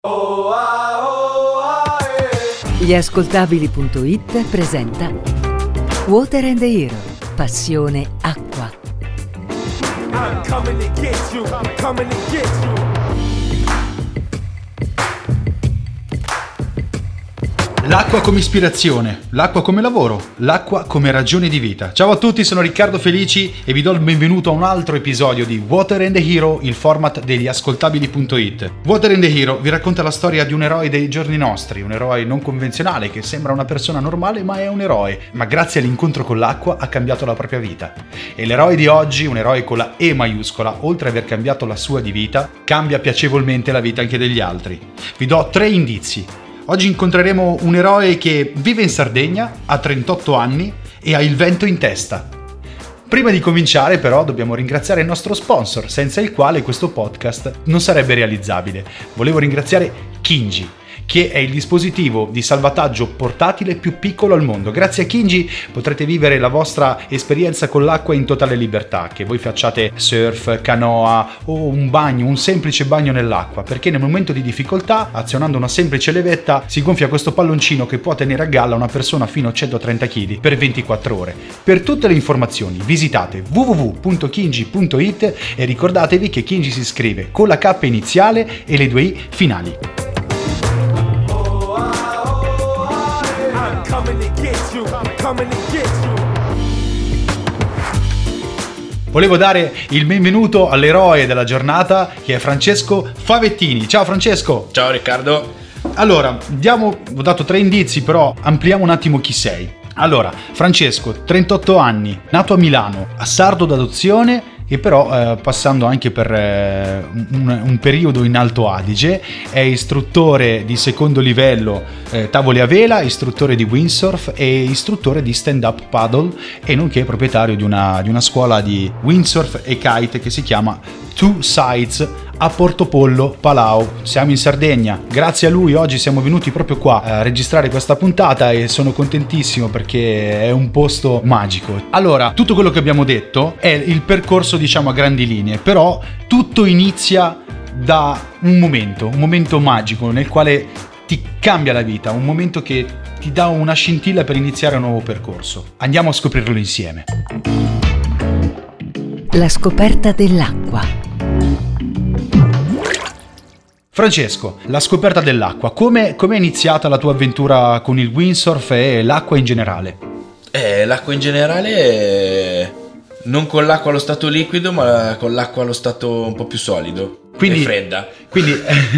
Gli presenta Water and the Hero, passione acqua. I'm coming to get you, I'm coming to get you. L'acqua come ispirazione, l'acqua come lavoro, l'acqua come ragione di vita. Ciao a tutti, sono Riccardo Felici e vi do il benvenuto a un altro episodio di Water and the Hero, il format degli ascoltabili.it. Water and the Hero vi racconta la storia di un eroe dei giorni nostri, un eroe non convenzionale che sembra una persona normale ma è un eroe, ma grazie all'incontro con l'acqua ha cambiato la propria vita. E l'eroe di oggi, un eroe con la E maiuscola, oltre ad aver cambiato la sua di vita, cambia piacevolmente la vita anche degli altri. Vi do 3 indizi. Oggi incontreremo un eroe che vive in Sardegna, ha 38 anni e ha il vento in testa. Prima di cominciare però dobbiamo ringraziare il nostro sponsor, senza il quale questo podcast non sarebbe realizzabile. Volevo ringraziare Kinji, che è il dispositivo di salvataggio portatile più piccolo al mondo. Grazie a Kinji potrete vivere la vostra esperienza con l'acqua in totale libertà, che voi facciate surf, canoa o un bagno, un semplice bagno nell'acqua, perché nel momento di difficoltà, azionando una semplice levetta, si gonfia questo palloncino che può tenere a galla una persona fino a 130 kg per 24 ore. Per tutte le informazioni visitate www.kinji.it e ricordatevi che Kinji si scrive con la K iniziale e le 2 I finali. Volevo dare il benvenuto all'eroe della giornata, che è Francesco Favettini. Ciao Francesco! Ciao Riccardo! Allora, ho dato 3 indizi, però ampliamo un attimo chi sei. Allora, Francesco, 38 anni, nato a Milano, sardo d'adozione e però passando anche per un periodo in Alto Adige, è istruttore di secondo livello tavole a vela, istruttore di windsurf e istruttore di stand-up paddle e nonché proprietario di una scuola di windsurf e kite che si chiama Two Sides a Portopollo, Palau. Siamo in Sardegna. Grazie a lui oggi siamo venuti proprio qua a registrare questa puntata e sono contentissimo perché è un posto magico. Allora, tutto quello che abbiamo detto è il percorso, diciamo, a grandi linee, però tutto inizia da un momento magico nel quale ti cambia la vita, un momento che ti dà una scintilla per iniziare un nuovo percorso. Andiamo a scoprirlo insieme. La scoperta dell'acqua. Francesco, la scoperta dell'acqua, come è iniziata la tua avventura con il windsurf e l'acqua in generale? L'acqua in generale non con l'acqua allo stato liquido, ma con l'acqua allo stato un po' più solido. Quindi, e fredda. Quindi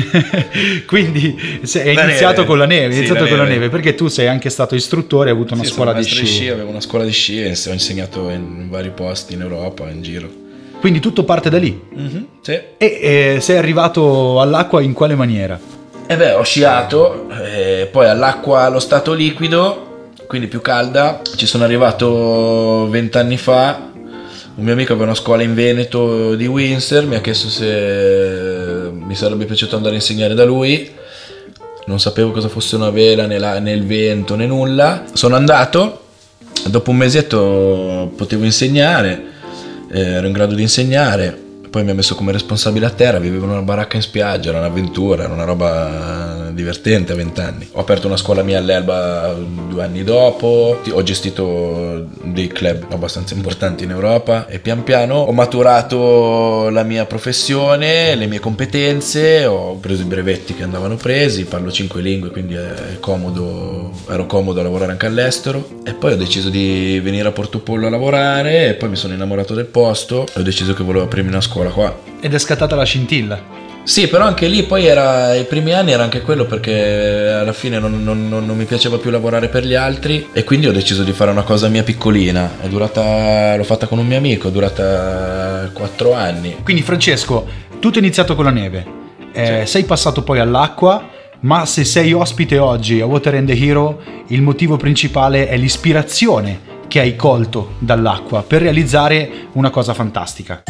è iniziato neve. Con la neve, Sì, con la neve, perché tu sei anche stato istruttore, hai avuto una scuola di sci. Avevo una scuola di sci e ho insegnato in vari posti in Europa, in giro. Quindi tutto parte da lì? Mm-hmm, sì. E sei arrivato all'acqua in quale maniera? Ho sciato, poi all'acqua allo stato liquido, quindi più calda. Ci sono arrivato 20 anni fa. Un mio amico aveva una scuola in Veneto di windsurf, mi ha chiesto se mi sarebbe piaciuto andare a insegnare da lui. Non sapevo cosa fosse una vela, né il vento, né nulla. Sono andato, dopo un mesetto potevo insegnare. Ero in grado di insegnare, poi mi ha messo come responsabile a terra, vivevo in una baracca in spiaggia, era un'avventura, era una roba divertente a 20 anni. Ho aperto una scuola mia all'Elba 2 anni dopo, ho gestito dei club abbastanza importanti in Europa e pian piano ho maturato la mia professione, le mie competenze, ho preso i brevetti che andavano presi, parlo 5 lingue quindi ero comodo a lavorare anche all'estero e poi ho deciso di venire a Portopollo a lavorare e poi mi sono innamorato del posto e ho deciso che volevo aprirmi una scuola qua. Ed è scattata la scintilla. Sì, però anche lì poi i primi anni era anche quello perché alla fine non mi piaceva più lavorare per gli altri e quindi ho deciso di fare una cosa mia piccolina. L'ho fatta con un mio amico, è durata 4 anni. Quindi Francesco, tutto è iniziato con la neve, Sì. Sei passato poi all'acqua, ma se sei ospite oggi a Water and the Hero, il motivo principale è l'ispirazione che hai colto dall'acqua per realizzare una cosa fantastica.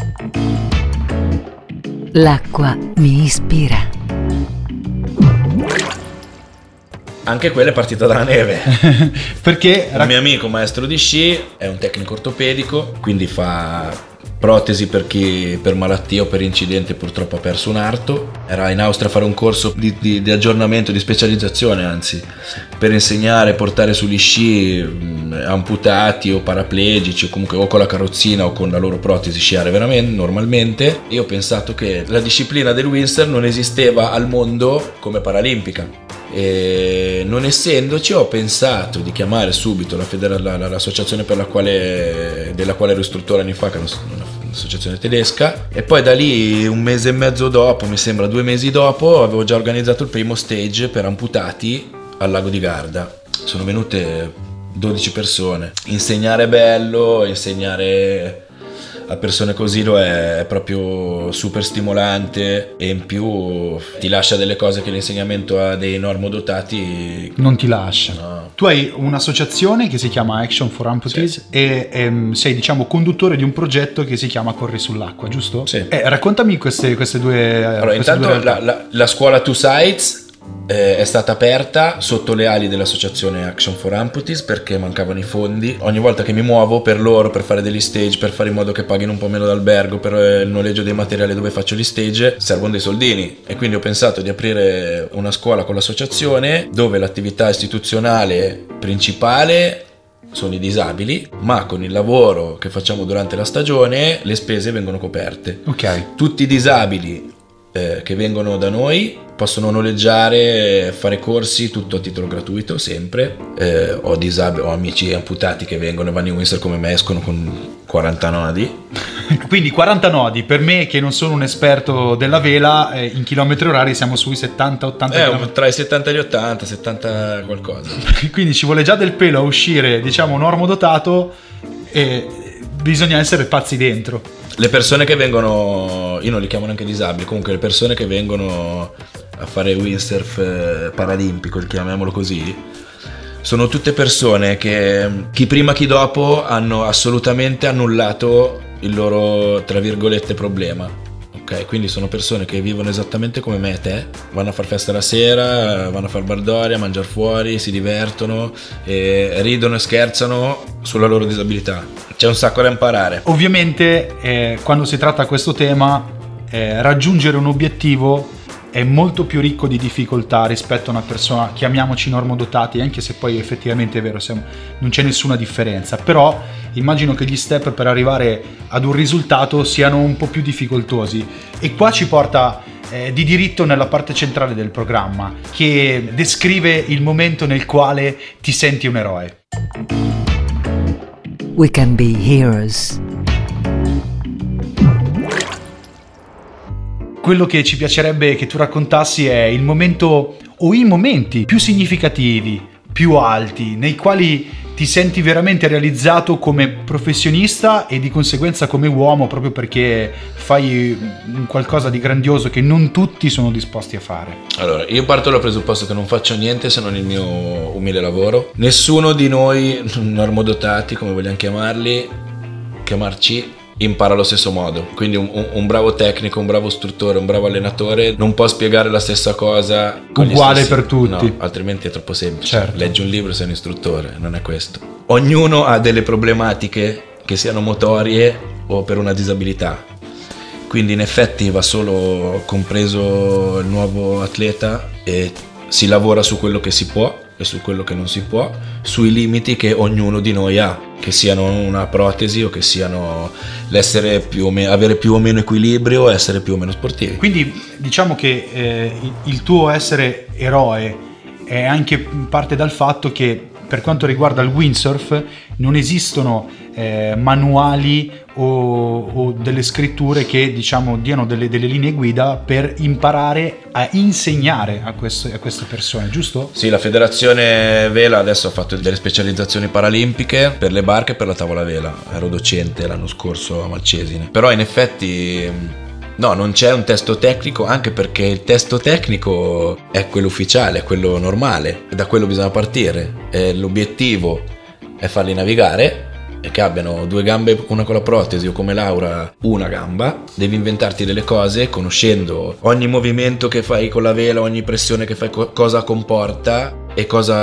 L'acqua mi ispira. Anche quella è partita dalla neve. Perché Un mio amico maestro di sci è un tecnico ortopedico, quindi fa protesi per chi per malattia o per incidente purtroppo ha perso un arto. Era in Austria a fare un corso di aggiornamento, di specializzazione anzi, per insegnare a portare sugli sci amputati o paraplegici o comunque o con la carrozzina o con la loro protesi sciare veramente normalmente. Io ho pensato che la disciplina del windsurf non esisteva al mondo come paralimpica. E non essendoci, ho pensato di chiamare subito l'associazione della quale ero istruttore anni fa, che è un'associazione tedesca, e poi da lì 1 mese e mezzo dopo, mi sembra 2 mesi dopo, avevo già organizzato il primo stage per amputati al lago di Garda. Sono venute 12 persone. Insegnare è bello, insegnare a persone così lo è proprio super stimolante, e in più ti lascia delle cose che l'insegnamento a dei normodotati non ti lascia. No. Tu hai un'associazione che si chiama Action for Amputees, sì. E sei diciamo conduttore di un progetto che si chiama Corri sull'acqua, giusto? Sì. Raccontami queste due. Allora, intanto la scuola Two Sides è stata aperta sotto le ali dell'associazione Action for Amputees perché mancavano i fondi. Ogni volta che mi muovo per loro, per fare degli stage, per fare in modo che paghino un po' meno d'albergo, per il noleggio dei materiali dove faccio gli stage, servono dei soldini, e quindi ho pensato di aprire una scuola con l'associazione dove l'attività istituzionale principale sono i disabili, ma con il lavoro che facciamo durante la stagione le spese vengono coperte. Ok. Tutti i disabili che vengono da noi possono noleggiare, fare corsi, tutto a titolo gratuito sempre. Ho amici amputati che vengono e vanno in windsurf come me, escono con 40 nodi. Quindi 40 nodi, per me che non sono un esperto della vela, in chilometri orari siamo sui 70-80 km. Tra i 70 e gli 80, 70 qualcosa. Quindi ci vuole già del pelo a uscire, diciamo, normodotato, e bisogna essere pazzi dentro. Le persone che vengono, io non li chiamo neanche disabili, comunque le persone che vengono a fare windsurf paralimpico, chiamiamolo così, sono tutte persone che chi prima chi dopo hanno assolutamente annullato il loro, tra virgolette, problema. Ok, quindi sono persone che vivono esattamente come me e te, vanno a far festa la sera, vanno a far baldoria, a mangiare fuori, si divertono e ridono e scherzano sulla loro disabilità. C'è un sacco da imparare. Ovviamente quando si tratta questo tema, raggiungere un obiettivo è molto più ricco di difficoltà rispetto a una persona, chiamiamoci normodotati, anche se poi effettivamente è vero, non c'è nessuna differenza, però immagino che gli step per arrivare ad un risultato siano un po' più difficoltosi, e qua ci porta di diritto nella parte centrale del programma, che descrive il momento nel quale ti senti un eroe. We can be heroes. Quello che ci piacerebbe che tu raccontassi è il momento o i momenti più significativi, più alti, nei quali ti senti veramente realizzato come professionista e di conseguenza come uomo, proprio perché fai un qualcosa di grandioso che non tutti sono disposti a fare. Allora, io parto dal presupposto che non faccio niente se non il mio umile lavoro. Nessuno di noi normodotati, come vogliamo chiamarci, impara allo stesso modo. Quindi un bravo tecnico, un bravo istruttore, un bravo allenatore non può spiegare la stessa cosa uguale per tutti, no, altrimenti è troppo semplice. Certo. Leggi un libro e sei un istruttore, non è questo. Ognuno ha delle problematiche, che siano motorie o per una disabilità, quindi in effetti va solo compreso il nuovo atleta e si lavora su quello che si può e su quello che non si può, sui limiti che ognuno di noi ha, che siano una protesi o che siano l'essere avere più o meno equilibrio, essere più o meno sportivi. Quindi diciamo che il tuo essere eroe è anche parte dal fatto che per quanto riguarda il windsurf non esistono manuali o delle scritture che diciamo diano delle linee guida per imparare a insegnare a queste persone, giusto? Sì, la federazione vela adesso ha fatto delle specializzazioni paralimpiche per le barche e per la tavola vela. Ero docente l'anno scorso a Malcesine, però in effetti no, non c'è un testo tecnico, anche perché il testo tecnico è quello ufficiale, è quello normale, e da quello bisogna partire. L'obiettivo è farli navigare e che abbiano 2 gambe, una con la protesi, o come Laura una gamba. Devi inventarti delle cose conoscendo ogni movimento che fai con la vela, ogni pressione che fai, cosa comporta e cosa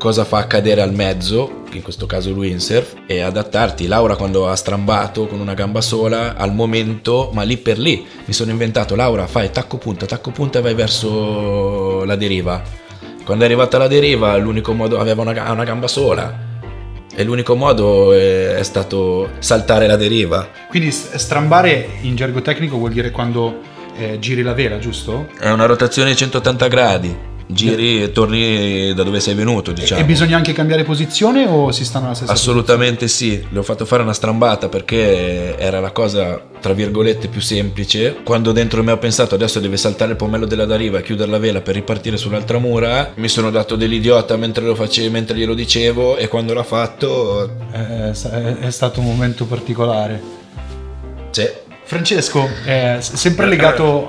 cosa fa accadere al mezzo, che in questo caso il windsurf, e adattarti. Laura quando ha strambato con una gamba sola, al momento, ma lì per lì, mi sono inventato: Laura, fai tacco punta e vai verso la deriva. Quando è arrivata la deriva, l'unico modo, aveva una gamba sola, e l'unico modo è stato saltare la deriva. Quindi strambare in gergo tecnico vuol dire quando giri la vela, giusto? È una rotazione di 180 gradi, giri e torni da dove sei venuto, diciamo. E bisogna anche cambiare posizione o si stanno alla stessa Assolutamente sì, le ho fatto fare una strambata perché era la cosa tra virgolette più semplice. Quando dentro me ho pensato adesso deve saltare il pomello della deriva e chiudere la vela per ripartire sull'altra mura, mi sono dato dell'idiota mentre lo facevo, mentre glielo dicevo, e quando l'ha fatto è stato un momento particolare. sì. Francesco, sempre legato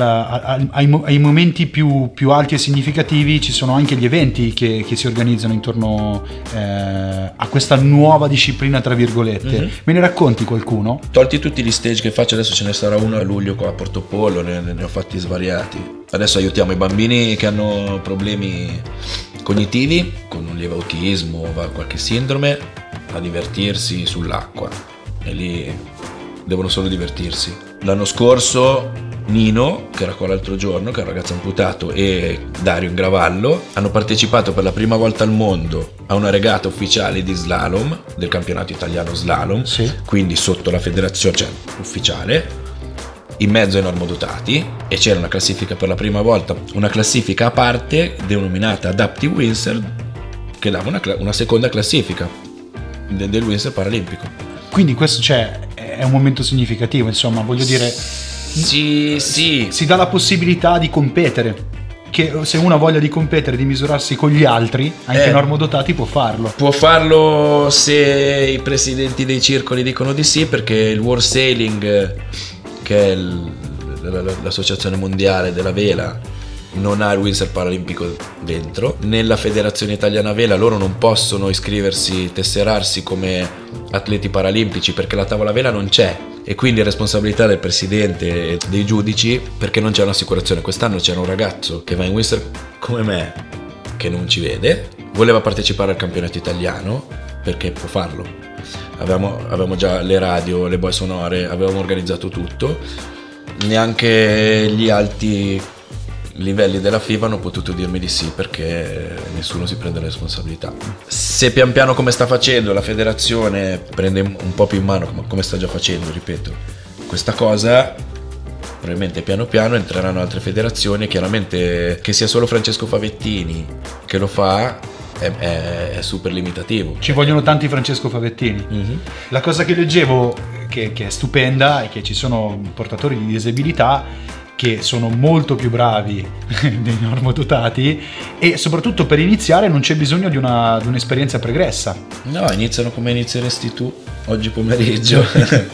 ai momenti più alti e significativi, ci sono anche gli eventi che si organizzano intorno a questa nuova disciplina, tra virgolette. Me ne racconti qualcuno? Tolti tutti gli stage che faccio, adesso ce ne sarà uno a luglio qua a Portopollo, ne ho fatti svariati. Adesso aiutiamo i bambini che hanno problemi cognitivi, con un lieve autismo o qualche sindrome, a divertirsi sull'acqua, e lì devono solo divertirsi. L'anno scorso Nino, che era qua l'altro giorno, che è un ragazzo amputato, e Dario Ingravallo hanno partecipato per la prima volta al mondo a una regata ufficiale di slalom del campionato italiano slalom, Sì. quindi sotto la federazione, cioè ufficiale, in mezzo ai normodotati, e c'era una classifica per la prima volta, una classifica a parte denominata Adaptive Windsurf, che dava una seconda classifica del windsurf paralimpico. Quindi questo è un momento significativo, insomma, voglio dire, Sì. si dà la possibilità di competere, che se uno ha voglia di competere, di misurarsi con gli altri, anche normodotati, può farlo. Può farlo se i presidenti dei circoli dicono di sì, perché il World Sailing, che è l'associazione mondiale della vela, non ha il windsurf paralimpico dentro. Nella federazione italiana vela loro non possono iscriversi, tesserarsi come atleti paralimpici, perché la tavola vela non c'è, e quindi è responsabilità del presidente e dei giudici, perché non c'è un'assicurazione. Quest'anno c'era un ragazzo che va in windsurf come me, che non ci vede, voleva partecipare al campionato italiano perché può farlo. Avevamo già le radio, le boe sonore, avevamo organizzato tutto. Neanche gli alti livelli della FIBA hanno potuto dirmi di sì, perché nessuno si prende la responsabilità. Se pian piano, come sta facendo la federazione, prende un po' più in mano, come sta già facendo, ripeto, questa cosa, probabilmente piano piano entreranno altre federazioni. Chiaramente che sia solo Francesco Favettini che lo fa è super limitativo. Ci vogliono tanti Francesco Favettini. La cosa che leggevo, che è stupenda, è che ci sono portatori di disabilità che sono molto più bravi dei normodotati, e soprattutto per iniziare non c'è bisogno di un'esperienza pregressa. No, iniziano come inizieresti tu oggi pomeriggio.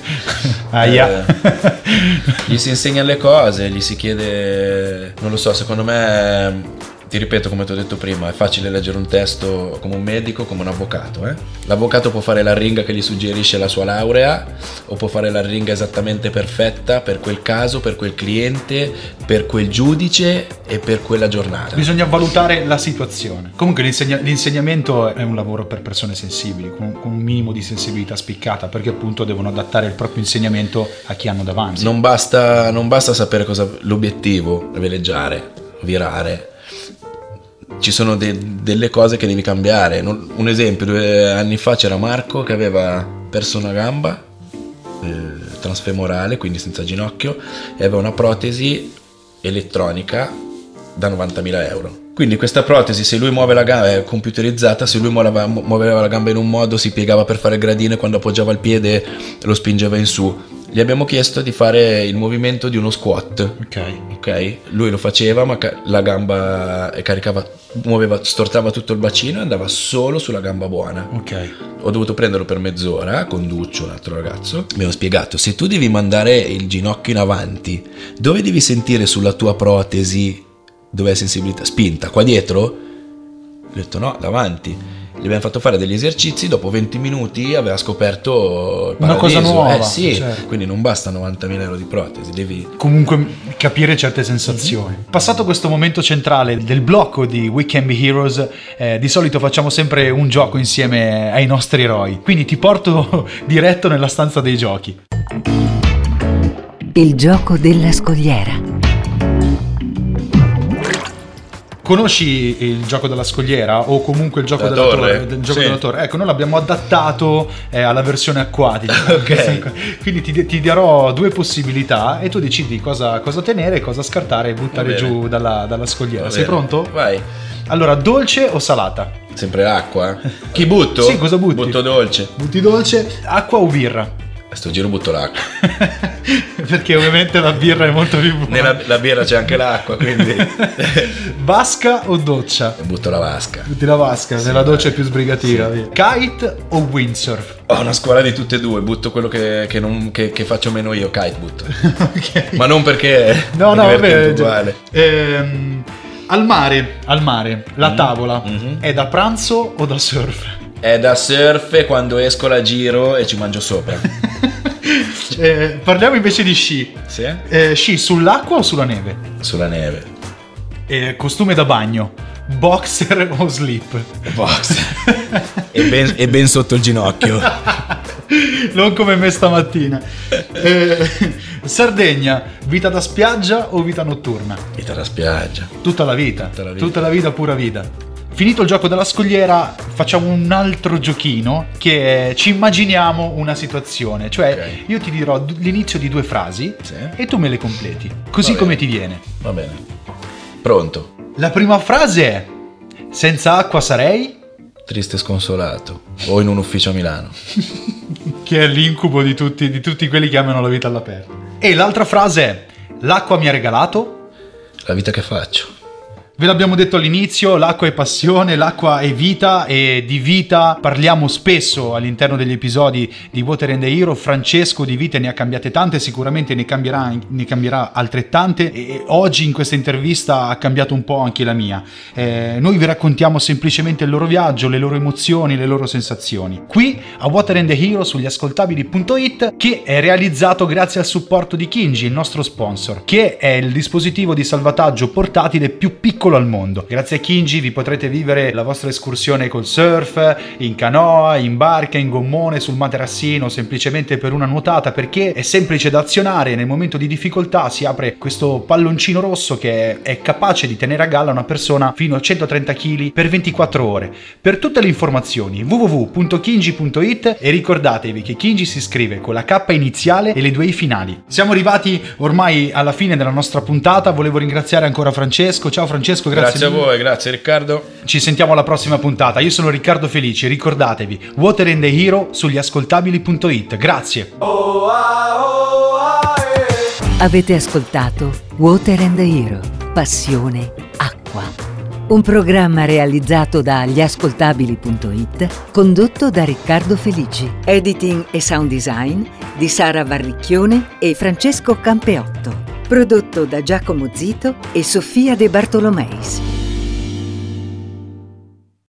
Aia. Gli si insegnano le cose, gli si chiede, non lo so, secondo me, ti ripeto, come ti ho detto prima, è facile leggere un testo come un medico, come un avvocato. L'avvocato può fare la ringa che gli suggerisce la sua laurea, o può fare la ringa esattamente perfetta per quel caso, per quel cliente, per quel giudice e per quella giornata. Bisogna valutare la situazione. Comunque l'insegnamento è un lavoro per persone sensibili, con un minimo di sensibilità spiccata, perché appunto devono adattare il proprio insegnamento a chi hanno davanti. Non basta sapere l'obiettivo, veleggiare, virare. Ci sono delle cose che devi cambiare. Un esempio, 2 anni fa c'era Marco che aveva perso una gamba transfemorale, quindi senza ginocchio, e aveva una protesi elettronica da 90.000 euro. Quindi questa protesi, se lui muove la gamba, è computerizzata, se lui muoveva la gamba in un modo, si piegava per fare il gradino, e quando appoggiava il piede lo spingeva in su. Gli abbiamo chiesto di fare il movimento di uno squat. Ok? Lui lo faceva, ma la gamba stortava tutto il bacino e andava solo sulla gamba buona. Ok. Ho dovuto prenderlo per mezz'ora con Duccio, un altro ragazzo. Mi hanno spiegato: se tu devi mandare il ginocchio in avanti, dove devi sentire sulla tua protesi, dove è sensibilità? Spinta, qua dietro? Ho detto no, davanti. Gli abbiamo fatto fare degli esercizi, dopo 20 minuti aveva scoperto il Una cosa paradiso. nuova, Sì, certo. Quindi non basta 90.000 euro di protesi, devi... Comunque capire certe sensazioni. Passato questo momento centrale del blocco di We Can Be Heroes, di solito facciamo sempre un gioco insieme ai nostri eroi. Quindi ti porto diretto nella stanza dei giochi. Il gioco della scogliera. Conosci il gioco della scogliera o comunque il gioco Della della torre? torre? Il gioco Sì. della torre. Ecco, noi l'abbiamo adattato alla versione acquatica. Ok. Quindi ti darò due possibilità e tu decidi cosa tenere, cosa scartare e buttare Va bene. giù dalla scogliera. Va Sei bene. pronto? Vai. Allora, dolce o salata? Sempre acqua? Chi butto? Sì, cosa butti? Butto dolce. Butti dolce, acqua o birra? A sto giro butto l'acqua. Perché ovviamente la birra è molto più buona. Nella birra c'è anche l'acqua, quindi Vasca o doccia? butto la vasca. Butti la vasca, nella doccia è più sbrigativa. Via. Kite o windsurf? Ho una scuola di tutte e due, butto quello che faccio meno io, kite butto. Ok. Ma non perché No, è vabbè. divertente uguale. Al mare, la tavola mhm. è da pranzo o da surf? È da surf e quando esco la giro e ci mangio sopra. Parliamo invece di sci. Sì? Sci sull'acqua o sulla neve? Sulla neve. Costume da bagno, boxer o slip? Box. e ben sotto il ginocchio. Non come me stamattina. Sardegna, vita da spiaggia o vita notturna? Vita da spiaggia. Tutta la vita, Tutta la vita. pura vita. Finito il gioco della scogliera, facciamo un altro giochino che ci immaginiamo una situazione. Cioè, Ok. io ti dirò l'inizio di due frasi Sì. e tu me le completi, così Va come bene. ti viene. Va bene. Pronto. La prima frase è: senza acqua sarei... Triste e sconsolato. O in un ufficio a Milano. che è l'incubo di tutti quelli che amano la vita all'aperto. E l'altra frase è: l'acqua mi ha regalato... La vita che faccio. Ve l'abbiamo detto all'inizio, l'acqua è passione, l'acqua è vita e di vita parliamo spesso all'interno degli episodi di Water and the Hero. Francesco di vite ne ha cambiate tante, sicuramente ne cambierà altrettante e oggi in questa intervista ha cambiato un po' anche la mia. Noi vi raccontiamo semplicemente il loro viaggio, le loro emozioni, le loro sensazioni. Qui a Water and the Hero sugli ascoltabili.it, che è realizzato grazie al supporto di Kinji, il nostro sponsor, che è il dispositivo di salvataggio portatile più piccolo al mondo. Grazie a Kinji vi potrete vivere la vostra escursione col surf, in canoa, in barca, in gommone, sul materassino, semplicemente per una nuotata, perché è semplice da azionare e nel momento di difficoltà si apre questo palloncino rosso che è capace di tenere a galla una persona fino a 130 kg per 24 ore. Per tutte le informazioni www.kinji.it e ricordatevi che Kinji si scrive con la K iniziale e le due I finali. Siamo arrivati ormai alla fine della nostra puntata, volevo ringraziare ancora Francesco. Ciao Francesco, Grazie a mille. voi, grazie Riccardo. Ci sentiamo alla prossima puntata. Io sono Riccardo Felici, ricordatevi Water and the Hero sugli ascoltabili.it. Grazie. Avete ascoltato Water and the Hero, passione acqua. Un programma realizzato da gliascoltabili.it, condotto da Riccardo Felici. Editing e sound design di Sara Varricchione e Francesco Campeotto. Prodotto da Giacomo Zito e Sofia De Bartolomeis.